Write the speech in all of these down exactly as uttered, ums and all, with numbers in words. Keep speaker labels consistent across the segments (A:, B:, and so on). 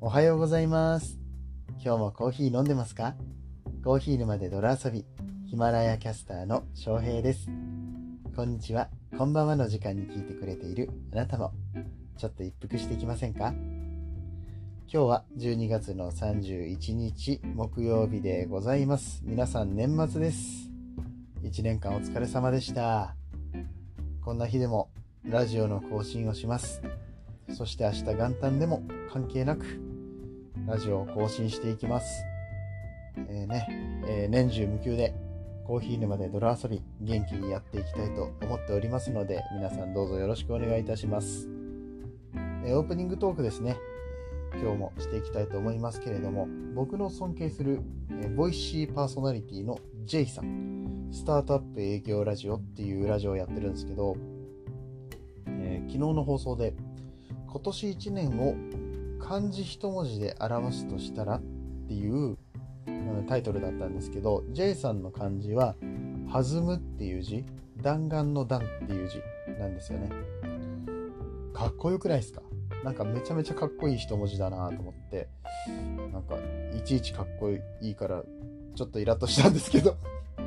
A: おはようございます。今日もコーヒー飲んでますか？コーヒー沼で泥遊び、ヒマラヤキャスターの翔平です。こんにちは、こんばんはの時間に聞いてくれているあなたも、ちょっと一服していきませんか？今日はじゅうにがつのさんじゅういちにち木曜日でございます。皆さん年末です。いちねんかんお疲れ様でした。こんな日でもラジオの更新をします。そして明日元旦でも関係なくラジオを更新していきます。えーねえー、年中無休でコーヒー沼で泥遊び元気にやっていきたいと思っておりますので、皆さんどうぞよろしくお願いいたします。えー、オープニングトークですね、今日もしていきたいと思いますけれども、僕の尊敬する、えー、ボイシーパーソナリティの J さん、スタートアップ営業ラジオっていうラジオをやってるんですけど、えー、昨日の放送で今年いちねんを漢字一文字で表すとしたらっていう、うん、タイトルだったんですけど、 J さんの漢字は弾むっていう字、弾丸の弾っていう字なんですよね。かっこよくないですか？なんかめちゃめちゃかっこいい一文字だなと思って、なんかいちいちかっこいいからちょっとイラッとしたんですけど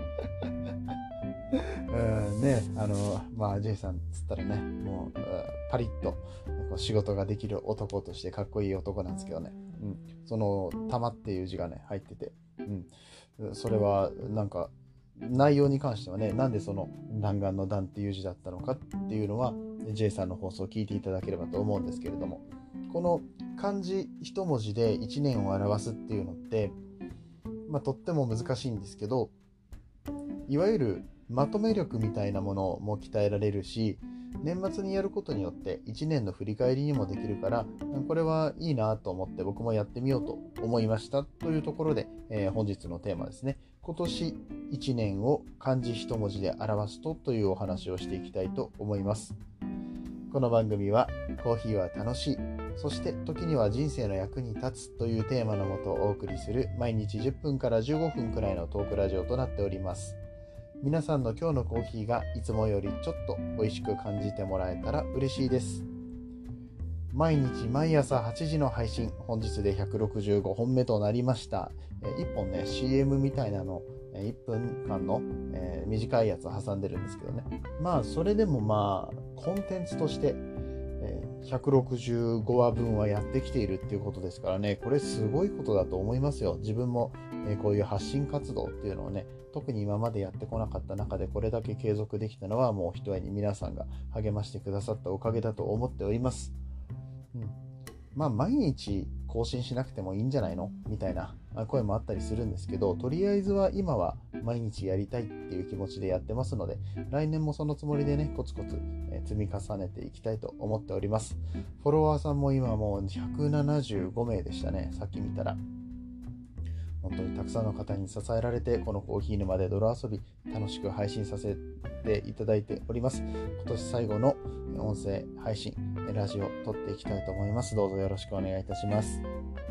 A: うんね、あのまあ J さんつったらね、もうパリッとこう仕事ができる男としてかっこいい男なんですけどね、うん、その玉っていう字がね入ってて、うん、それはなんか内容に関してはね、なんでその弾丸の弾っていう字だったのかっていうのは J さんの放送を聞いていただければと思うんですけれども、この漢字一文字でいちねんを表すっていうのって、まあ、とっても難しいんですけど、いわゆるまとめ力みたいなものも鍛えられるし、年末にやることによっていちねんの振り返りにもできるから、これはいいなと思って僕もやってみようと思いましたというところで、えー、本日のテーマですね、今年いちねんを漢字一文字で表すとというお話をしていきたいと思います。この番組はコーヒーは楽しい、そして時には人生の役に立つというテーマのもとお送りする毎日じゅっぷんからじゅうごふんくらいのトークラジオとなっております。皆さんの今日のコーヒーがいつもよりちょっと美味しく感じてもらえたら嬉しいです。毎日毎朝はちじの配信、本日でひゃくろくじゅうごほんめとなりました。いっぽんね シーエム みたいなのいっぷんかんの、えー、短いやつを挟んでるんですけどね、まあそれでもまあコンテンツとしてひゃくろくじゅうごわぶんはやってきているっていうことですからね、これすごいことだと思いますよ。自分もこういう発信活動っていうのをね、特に今までやってこなかった中でこれだけ継続できたのは、もうひとえに皆さんが励ましてくださったおかげだと思っております。うん、まあ毎日更新しなくてもいいんじゃないのみたいな声もあったりするんですけど、とりあえずは今は毎日やりたいっていう気持ちでやってますので、来年もそのつもりでね、コツコツ積み重ねていきたいと思っております。フォロワーさんも今もうひゃくななじゅうごめいでしたね、さっき見たら。本当にたくさんの方に支えられて、このコーヒー沼で泥遊び楽しく配信させていただいております。今年最後の音声配信ラジオ撮っていきたいと思います。どうぞよろしくお願いいたします。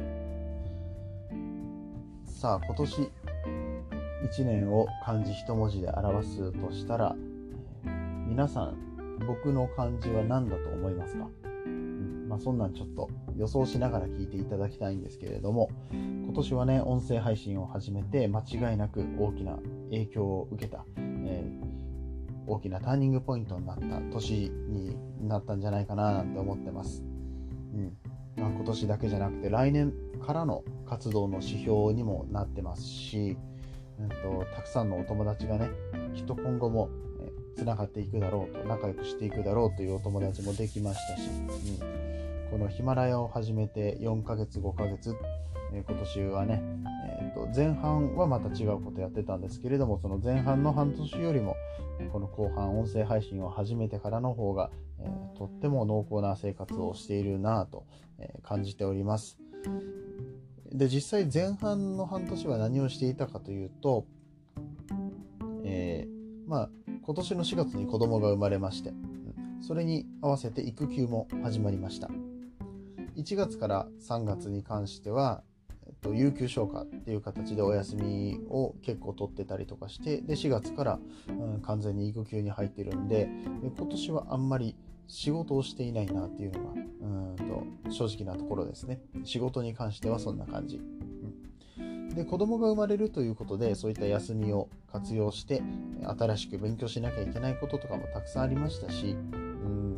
A: さあ、今年いちねんを漢字一文字で表すとしたら、皆さん僕の漢字は何だと思いますか？うん、まあそんなんちょっと予想しながら聞いていただきたいんですけれども、今年はね、音声配信を始めて間違いなく大きな影響を受けた、えー、大きなターニングポイントになった年になったんじゃないかななんて思ってます。うんまあ、今年だけじゃなくて来年からの活動の指標にもなってますし、うんと、たくさんのお友達がね、きっと今後もつながっていくだろうと、仲良くしていくだろうというお友達もできましたし、うん、このヒマラヤを始めてよんかげつごかげつ、えー、今年はね、えー、と前半はまた違うことやってたんですけれども、その前半の半年よりもこの後半音声配信を始めてからの方が、えー、とっても濃厚な生活をしているなぁと、えー、感じております。で、実際前半の半年は何をしていたかというと、えー、まあ今年のしがつに子供が生まれまして、それに合わせて育休も始まりました。いちがつからさんがつに関しては、えっと、有給消化っていう形でお休みを結構取ってたりとかして、でしがつから、うん、完全に育休に入ってるんで、で今年はあんまり仕事をしていないなっていうのがうーんと正直なところですね。仕事に関してはそんな感じ。うん、で、子供が生まれるということで、そういった休みを活用して新しく勉強しなきゃいけないこととかもたくさんありましたし、うん、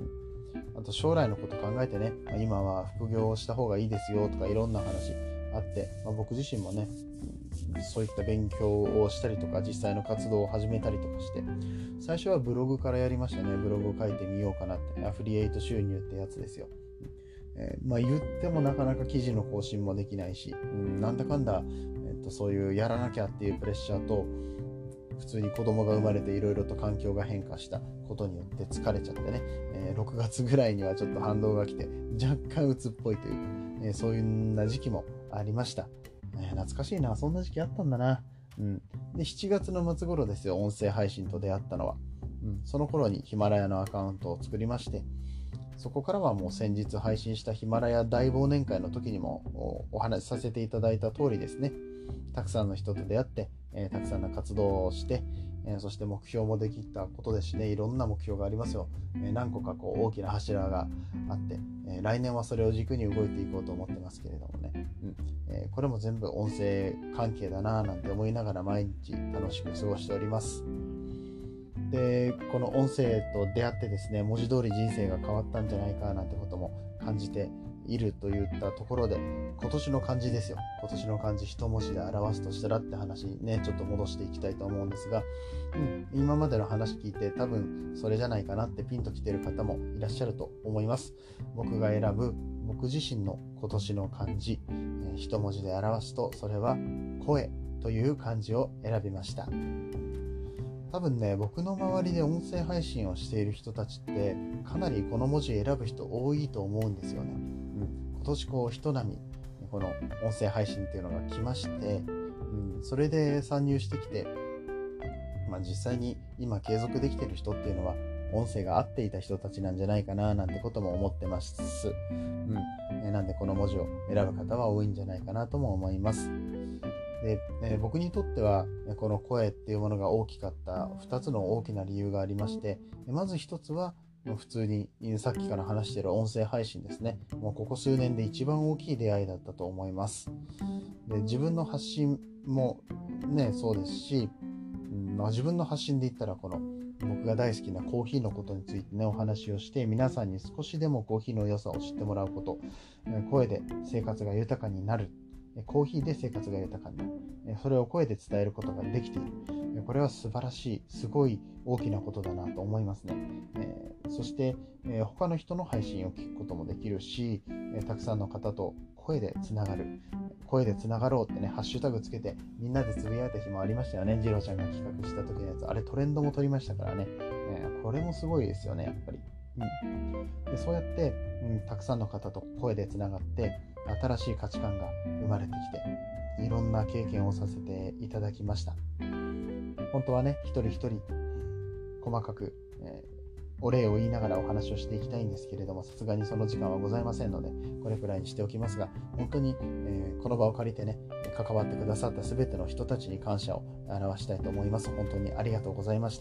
A: あと将来のこと考えてね、今は副業をした方がいいですよとかいろんな話あって、まあ、僕自身もね、そういった勉強をしたりとか実際の活動を始めたりとかして、最初はブログからやりましたね。ブログを書いてみようかなって、アフリエイト収入ってやつですよ。えー、まあ言ってもなかなか記事の更新もできないし、うん、なんだかんだ、えっと、そういうやらなきゃっていうプレッシャーと、普通に子供が生まれていろいろと環境が変化したことによって疲れちゃってね、えー、ろくがつぐらいにはちょっと反動が来て若干鬱っぽいというか、えー、そういうな時期もありました。えー、懐かしいな、そんな時期あったんだな。うん、でしちがつの末頃ですよ、音声配信と出会ったのは。うん、その頃にヒマラヤのアカウントを作りまして、そこからはもう先日配信したヒマラヤ大忘年会の時にも お, お話しさせていただいた通りですね、たくさんの人と出会って、えー、たくさんの活動をして、えー、そして目標もできたことですしね、いろんな目標がありますよ。えー、何個かこう大きな柱があって、えー、来年はそれを軸に動いていこうと思ってますけれどもね、うんえー、これも全部音声関係だなぁなんて思いながら毎日楽しく過ごしております。で、この音声と出会ってですね、文字通り人生が変わったんじゃないかなんてことも感じているといったところで、今年の漢字ですよ。今年の漢字一文字で表すとしたらって話にね、ちょっと戻していきたいと思うんですが、うん、今までの話聞いて多分それじゃないかなってピンときてる方もいらっしゃると思います。僕が選ぶ僕自身の今年の漢字、えー、一文字で表すとそれは声という漢字を選びました。多分ね、僕の周りで音声配信をしている人たちってかなりこの文字選ぶ人多いと思うんですよね。うん、今年こう一波この音声配信っていうのが来まして、うん、それで参入してきて、まあ、実際に今継続できている人っていうのは音声が合っていた人たちなんじゃないかななんてことも思ってます。うんえー、なんでこの文字を選ぶ方は多いんじゃないかなとも思います。で、えー、僕にとってはこの声っていうものが大きかったふたつの大きな理由がありまして、まずひとつは普通にさっきから話している音声配信ですね。もうここ数年で一番大きい出会いだったと思います。で、自分の発信もね、そうですし、うんまあ、自分の発信で言ったらこの僕が大好きなコーヒーのことについてねお話をして、皆さんに少しでもコーヒーの良さを知ってもらうこと、声で生活が豊かになる、コーヒーで生活が豊かになる、それを声で伝えることができている、これは素晴らしい、すごい大きなことだなと思いますね。えー、そして、えー、他の人の配信を聞くこともできるし、えー、たくさんの方と声でつながる、声でつながろうってね、ハッシュタグつけてみんなでつぶやいた日もありましたよね。ジロちゃんが企画した時のやつ、あれトレンドも取りましたからね、えー、これもすごいですよね、やっぱり。うん、でそうやって、うん、たくさんの方と声でつながって新しい価値観が生まれてきて、いろんな経験をさせていただきました。本当はね、一人一人細かく、えー、お礼を言いながらお話をしていきたいんですけれども、さすがにその時間はございませんので、これくらいにしておきますが、本当に、えー、この場を借りてね、関わってくださったすべての人たちに感謝を表したいと思います。本当にありがとうございました。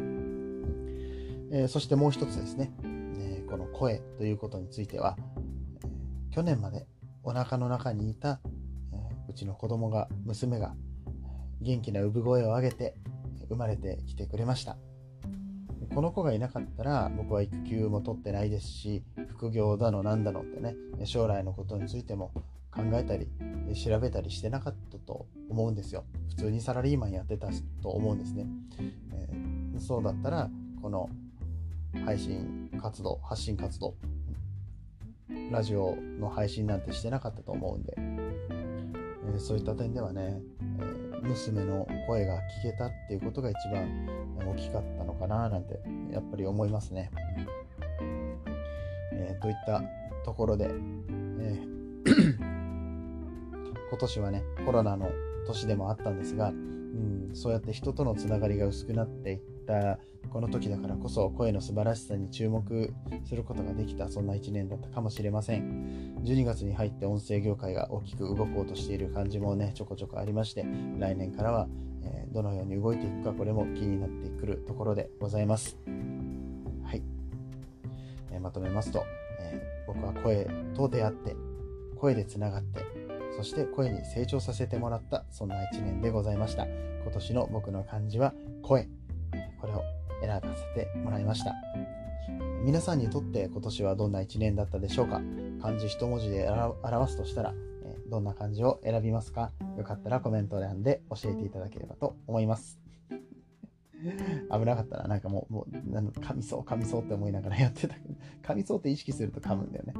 A: えー、そしてもう一つですね、えー、この声ということについては、えー、去年までお腹の中にいた、えー、うちの子供が、娘が元気な産声を上げて生まれてきてくれました。この子がいなかったら僕は育休も取ってないですし、副業だのなんだのってね、将来のことについても考えたり調べたりしてなかったと思うんですよ。普通にサラリーマンやってたと思うんですね。えー、そうだったらこの配信活動、発信活動、ラジオの配信なんてしてなかったと思うんで、えー、そういった点ではね、えー、娘の声が聞けたっていうことが一番大きかったのかななんてやっぱり思いますね。えー、といったところで、えー、今年はねコロナの年でもあったんですが、うん、そうやって人とのつながりが薄くなっていったこの時だからこそ、声の素晴らしさに注目することができた、そんないちねんだったかもしれません。じゅうにがつに入って音声業界が大きく動こうとしている感じもねちょこちょこありまして、来年からは、えー、どのように動いていくか、これも気になってくるところでございます。はい、 えー、まとめますと、えー、僕は声と出会って、声でつながって、そして声に成長させてもらった、そんないちねんでございました。今年の僕の漢字は声、これを選ばせてもらいました。皆さんにとって今年はどんないちねんだったでしょうか。漢字一文字で表すとしたら、えー、どんな漢字を選びますか。よかったらコメント欄で教えていただければと思います。危なかったな。なんかもう、もう噛みそう噛みそうって思いながらやってたけど、噛みそうって意識すると噛むんだよね。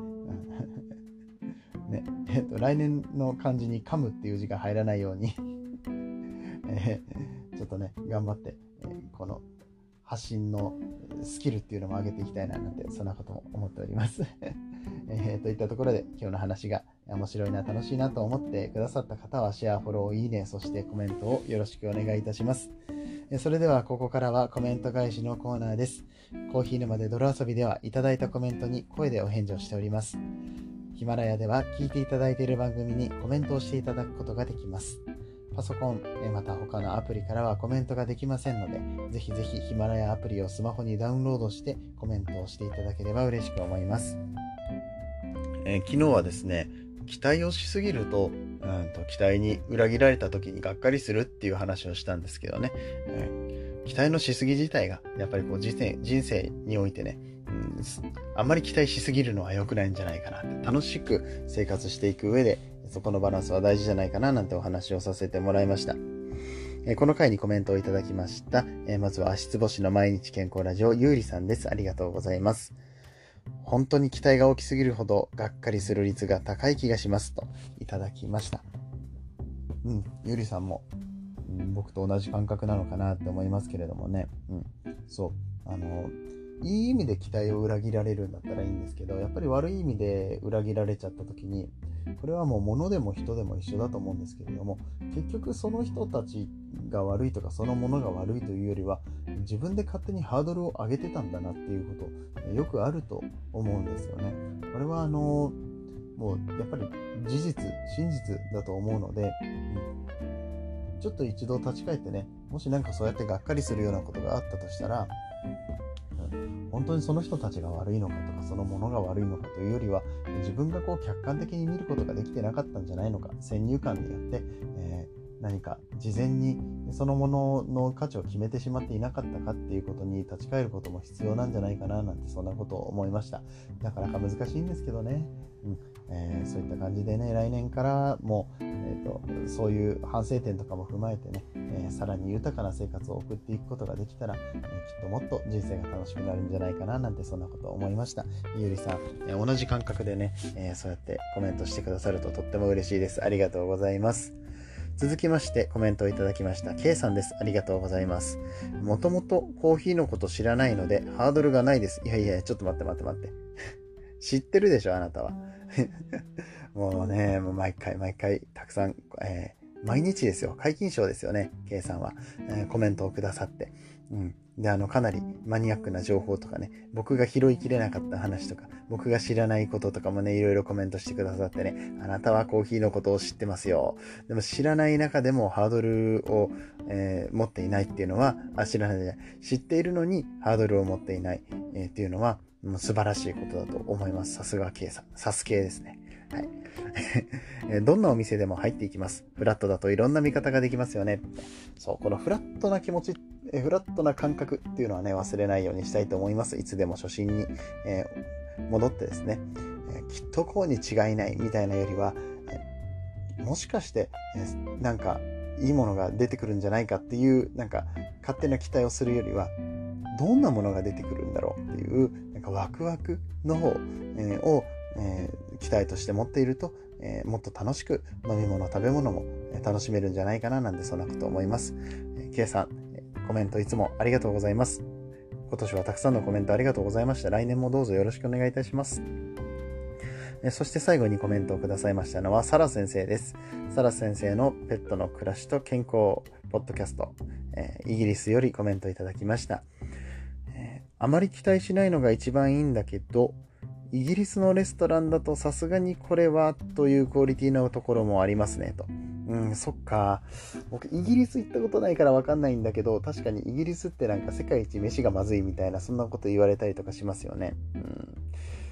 A: ね、えっと、来年の漢字に噛むっていう字が入らないように、えー、ちょっとね、頑張って、えー、この発信のスキルっていうのも上げていきたいななんて、そんなことも思っております。えー、といったところで、今日の話が面白いな、楽しいなと思ってくださった方は、シェア、フォロー、いいね、そしてコメントをよろしくお願いいたします。それではここからはコメント返しのコーナーです。コーヒー沼で泥遊びではいただいたコメントに声でお返事をしております。ヒマラヤでは聞いていただいている番組にコメントをしていただくことができます。パソコン、また他のアプリからはコメントができませんので、ぜひぜひヒマラヤアプリをスマホにダウンロードしてコメントをしていただければ嬉しく思います。えー、昨日はですね、期待をしすぎると、うんと期待に裏切られた時にがっかりするっていう話をしたんですけどね、うん、期待のしすぎ自体がやっぱりこう人生、人生においてね、うん、あんまり期待しすぎるのは良くないんじゃないかなって、楽しく生活していく上でそこのバランスは大事じゃないかななんてお話をさせてもらいました。えー、この回にコメントをいただきました。えー、まずは足つぼしの毎日健康ラジオゆうりさんです。ありがとうございます。本当に期待が大きすぎるほどがっかりする率が高い気がしますといただきました。うん、ゆりさんも、うん、僕と同じ感覚なのかなって思いますけれどもね。うん、そう、あの、いい意味で期待を裏切られるんだったらいいんですけど、やっぱり悪い意味で裏切られちゃった時に、これはもう物でも人でも一緒だと思うんですけれども、結局その人たちが悪いとかそのものが悪いというよりは、自分で勝手にハードルを上げてたんだなっていうことよくあると思うんですよね。これはあのもうやっぱり事実真実だと思うので、うん、ちょっと一度立ち返ってね、もしなんかそうやってがっかりするようなことがあったとしたら、本当にその人たちが悪いのかとかそのものが悪いのかというよりは、自分がこう客観的に見ることができてなかったんじゃないのか、先入観によって、えー、何か事前にそのものの価値を決めてしまっていなかったかっていうことに立ち返ることも必要なんじゃないかななんて、そんなことを思いました。なかなか難しいんですけどね、うんえー、そういった感じでね、来年からも、えーと、そういう反省点とかも踏まえてね、えー、さらに豊かな生活を送っていくことができたら、えー、きっともっと人生が楽しくなるんじゃないかななんて、そんなことを思いました。ゆりさん、えー、同じ感覚でね、えー、そうやってコメントしてくださるととっても嬉しいです。ありがとうございます。続きましてコメントをいただきました K さんです。ありがとうございます。もともとコーヒーのこと知らないのでハードルがないです。いやいや、ちょっと待って待って待って知ってるでしょあなたはもうね、もう毎回毎回たくさん、えー、毎日ですよ、皆勤賞ですよね K さんは、えー、コメントをくださって、うんで、あのかなりマニアックな情報とかね、僕が拾いきれなかった話とか、僕が知らないこととかもね、いろいろコメントしてくださってね、あなたはコーヒーのことを知ってますよ。でも知らない中でもハードルを、えー、持っていないっていうのは、あ、知らないじゃない、知っているのにハードルを持っていない、えー、っていうのは、もう素晴らしいことだと思います。さすが K さん。さす K ですね。はい。どんなお店でも入っていきます。フラットだといろんな見方ができますよね。そう、このフラットな気持ち、フラットな感覚っていうのはね、忘れないようにしたいと思います。いつでも初心に、えー、戻ってですね、えー、きっとこうに違いないみたいなよりは、えー、もしかして、えー、なんかいいものが出てくるんじゃないかっていう、なんか勝手な期待をするよりは、どんなものが出てくるんだろうっていう、なんかワクワクの方、えー、を、えー、期待として持っていると、えー、もっと楽しく飲み物食べ物も楽しめるんじゃないかななんて、そんなこと思います。えー、K さん、コメントいつもありがとうございます。今年はたくさんのコメントありがとうございました。来年もどうぞよろしくお願いいたします。えー、そして最後にコメントをくださいましたのはサラ先生です。サラ先生のペットの暮らしと健康ポッドキャスト、えー、イギリスよりコメントいただきました。えー、あまり期待しないのが一番いいんだけど、イギリスのレストランだとさすがにこれはというクオリティのところもありますねと。うん、そっか。僕イギリス行ったことないから分かんないんだけど、確かにイギリスってなんか世界一飯がまずいみたいな、そんなこと言われたりとかしますよね。うん、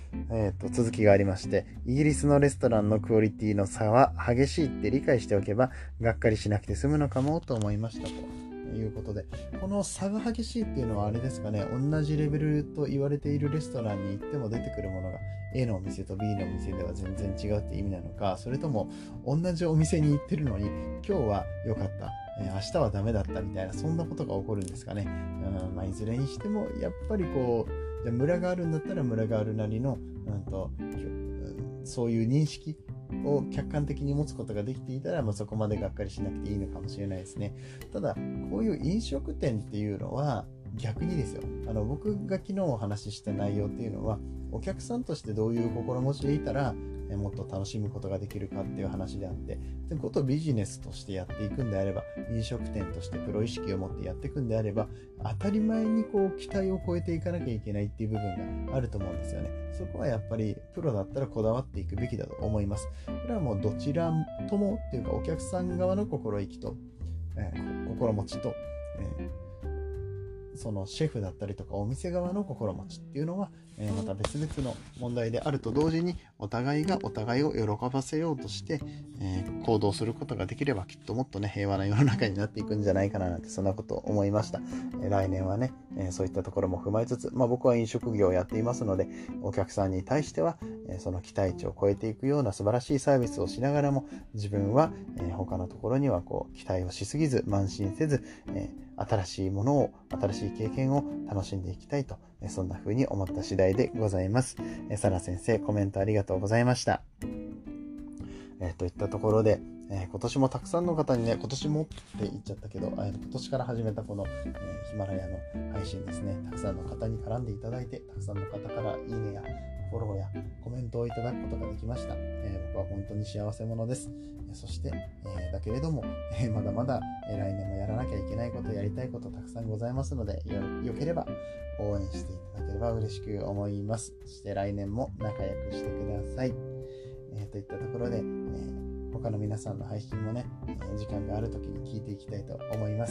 A: えーと、続きがありまして、イギリスのレストランのクオリティの差は激しいって理解しておけば、がっかりしなくて済むのかもと思いましたということで、この差が激しいっていうのはあれですかね、同じレベルと言われているレストランに行っても出てくるものが A のお店と B のお店では全然違うって意味なのか、それとも同じお店に行ってるのに今日は良かった、えー、明日はダメだったみたいな、そんなことが起こるんですかね。うん、まあ、いずれにしてもやっぱりこう、じゃあムラがあるんだったらムラがあるなりの、うんと、そういう認識を客観的に持つことができていたら、まあ、そこまでがっかりしなくていいのかもしれないですね。ただこういう飲食店っていうのは逆にですよ、あの僕が昨日お話しした内容っていうのは、お客さんとしてどういう心持ちでいたらえもっと楽しむことができるかっていう話であって、でことビジネスとしてやっていくんであれば、飲食店としてプロ意識を持ってやっていくんであれば、当たり前にこう期待を超えていかなきゃいけないっていう部分があると思うんですよね。そこはやっぱりプロだったらこだわっていくべきだと思います。これはもうどちらともっていうか、お客さん側の心意気と、えー、心持ちと、えーそのシェフだったりとかお店側の心持ちっていうのは、えー、また別々の問題であると同時に、お互いがお互いを喜ばせようとして、えー、行動することができれば、きっともっとね平和な世の中になっていくんじゃないかななんて、そんなことを思いました。えー、来年はね、えー、そういったところも踏まえつつ、まあ、僕は飲食業をやっていますので、お客さんに対しては、えー、その期待値を超えていくような素晴らしいサービスをしながらも、自分は、えー、他のところにはこう期待をしすぎず、慢心せず、えー新しいものを、新しい経験を楽しんでいきたいと、そんな風に思った次第でございます。サラ先生、コメントありがとうございました。えー、といったところで、えー、今年もたくさんの方にね、今年もって言っちゃったけど、えー、今年から始めたこの、えー、ヒマラヤの配信ですね、たくさんの方に絡んでいただいて、たくさんの方からいいねやフォローやコメントをいただくことができました。えー、僕は本当に幸せ者です。えー、そして、えー、だけれども、えー、まだまだ、えー、来年もやらなきゃいけないこと、やりたいことたくさんございますので、よ、よければ応援していただければ嬉しく思います。そして来年も仲良くしてください。えー、といったところで、えー、他の皆さんの配信もね、えー、時間がある時に聞いていきたいと思います。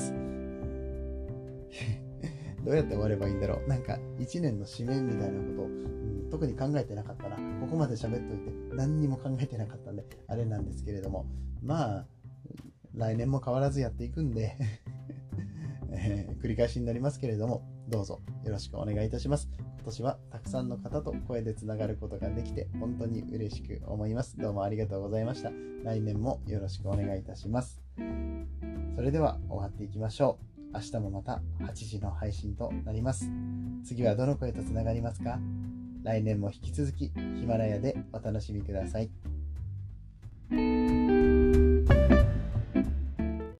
A: どうやって終わればいいんだろう。なんかいちねんの締めみたいなことを、うん、特に考えてなかったな。ここまで喋っといて何にも考えてなかったんであれなんですけれども、まあ来年も変わらずやっていくんで、えー、繰り返しになりますけれども、どうぞよろしくお願いいたします。今年はたくさんの方と声でつながることができて本当に嬉しく思います。どうもありがとうございました。来年もよろしくお願いいたします。それでは終わっていきましょう。明日もまたはちじの配信となります。次はどの声とつながりますか？来年も引き続きヒマラヤでお楽しみください。